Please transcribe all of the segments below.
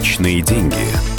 Личные деньги.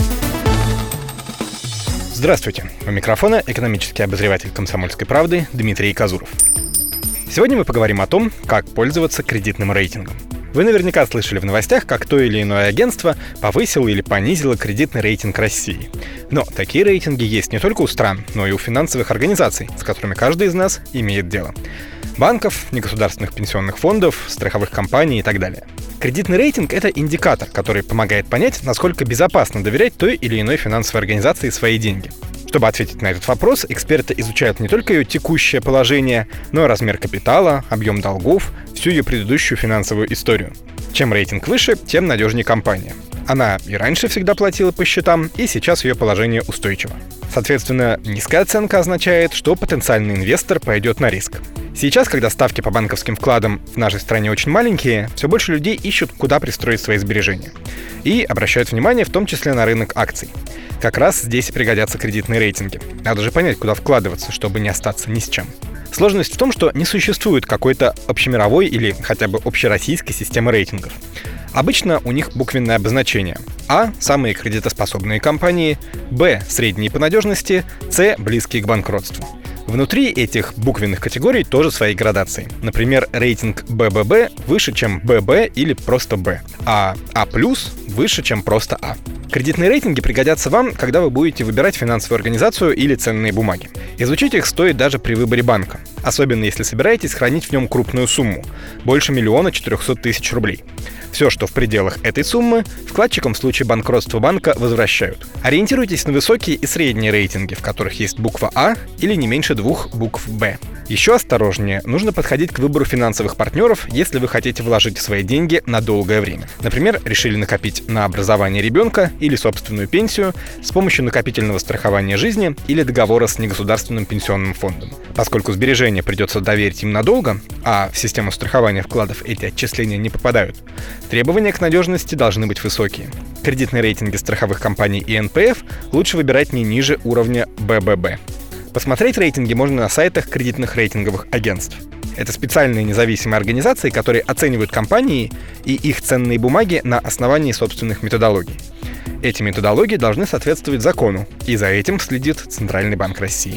Здравствуйте. У микрофона экономический обозреватель «Комсомольской правды» Дмитрий Казуров. Сегодня мы поговорим о том, как пользоваться кредитным рейтингом. Вы наверняка слышали в новостях, как то или иное агентство повысило или понизило кредитный рейтинг России. Но такие рейтинги есть не только у стран, но и у финансовых организаций, с которыми каждый из нас имеет дело. Банков, негосударственных пенсионных фондов, страховых компаний и так далее. Кредитный рейтинг — это индикатор, который помогает понять, насколько безопасно доверять той или иной финансовой организации свои деньги. Чтобы ответить на этот вопрос, эксперты изучают не только ее текущее положение, но и размер капитала, объем долгов, всю ее предыдущую финансовую историю. Чем рейтинг выше, тем надежнее компания. Она и раньше всегда платила по счетам, и сейчас ее положение устойчиво. Соответственно, низкая оценка означает, что потенциальный инвестор пойдет на риск. Сейчас, когда ставки по банковским вкладам в нашей стране очень маленькие, все больше людей ищут, куда пристроить свои сбережения. И обращают внимание в том числе на рынок акций. Как раз здесь и пригодятся кредитные рейтинги. Надо же понять, куда вкладываться, чтобы не остаться ни с чем. Сложность в том, что не существует какой-то общемировой или хотя бы общероссийской системы рейтингов. Обычно у них буквенное обозначение. А – самые кредитоспособные компании, Б – средние по надежности, С – близкие к банкротству. Внутри этих буквенных категорий тоже свои градации. Например, рейтинг БББ выше, чем ББ или просто Б, а А+ выше, чем просто А. Кредитные рейтинги пригодятся вам, когда вы будете выбирать финансовую организацию или ценные бумаги. Изучить их стоит даже при выборе банка, особенно если собираетесь хранить в нем крупную сумму – больше 1 400 000 рублей. Все, что в пределах этой суммы, вкладчикам в случае банкротства банка возвращают. Ориентируйтесь на высокие и средние рейтинги, в которых есть буква А или не меньше 2 букв Б. Еще осторожнее нужно подходить к выбору финансовых партнеров, если вы хотите вложить свои деньги на долгое время. Например, решили накопить на образование ребенка или собственную пенсию с помощью накопительного страхования жизни или договора с негосударственным пенсионным фондом. Поскольку сбережения придется доверить им надолго, а в систему страхования вкладов эти отчисления не попадают, требования к надежности должны быть высокие. Кредитные рейтинги страховых компаний и НПФ лучше выбирать не ниже уровня БББ. Посмотреть рейтинги можно на сайтах кредитных рейтинговых агентств. Это специальные независимые организации, которые оценивают компании и их ценные бумаги на основании собственных методологий. Эти методологии должны соответствовать закону, и за этим следит Центральный банк России.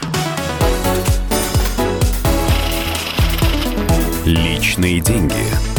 Личные деньги.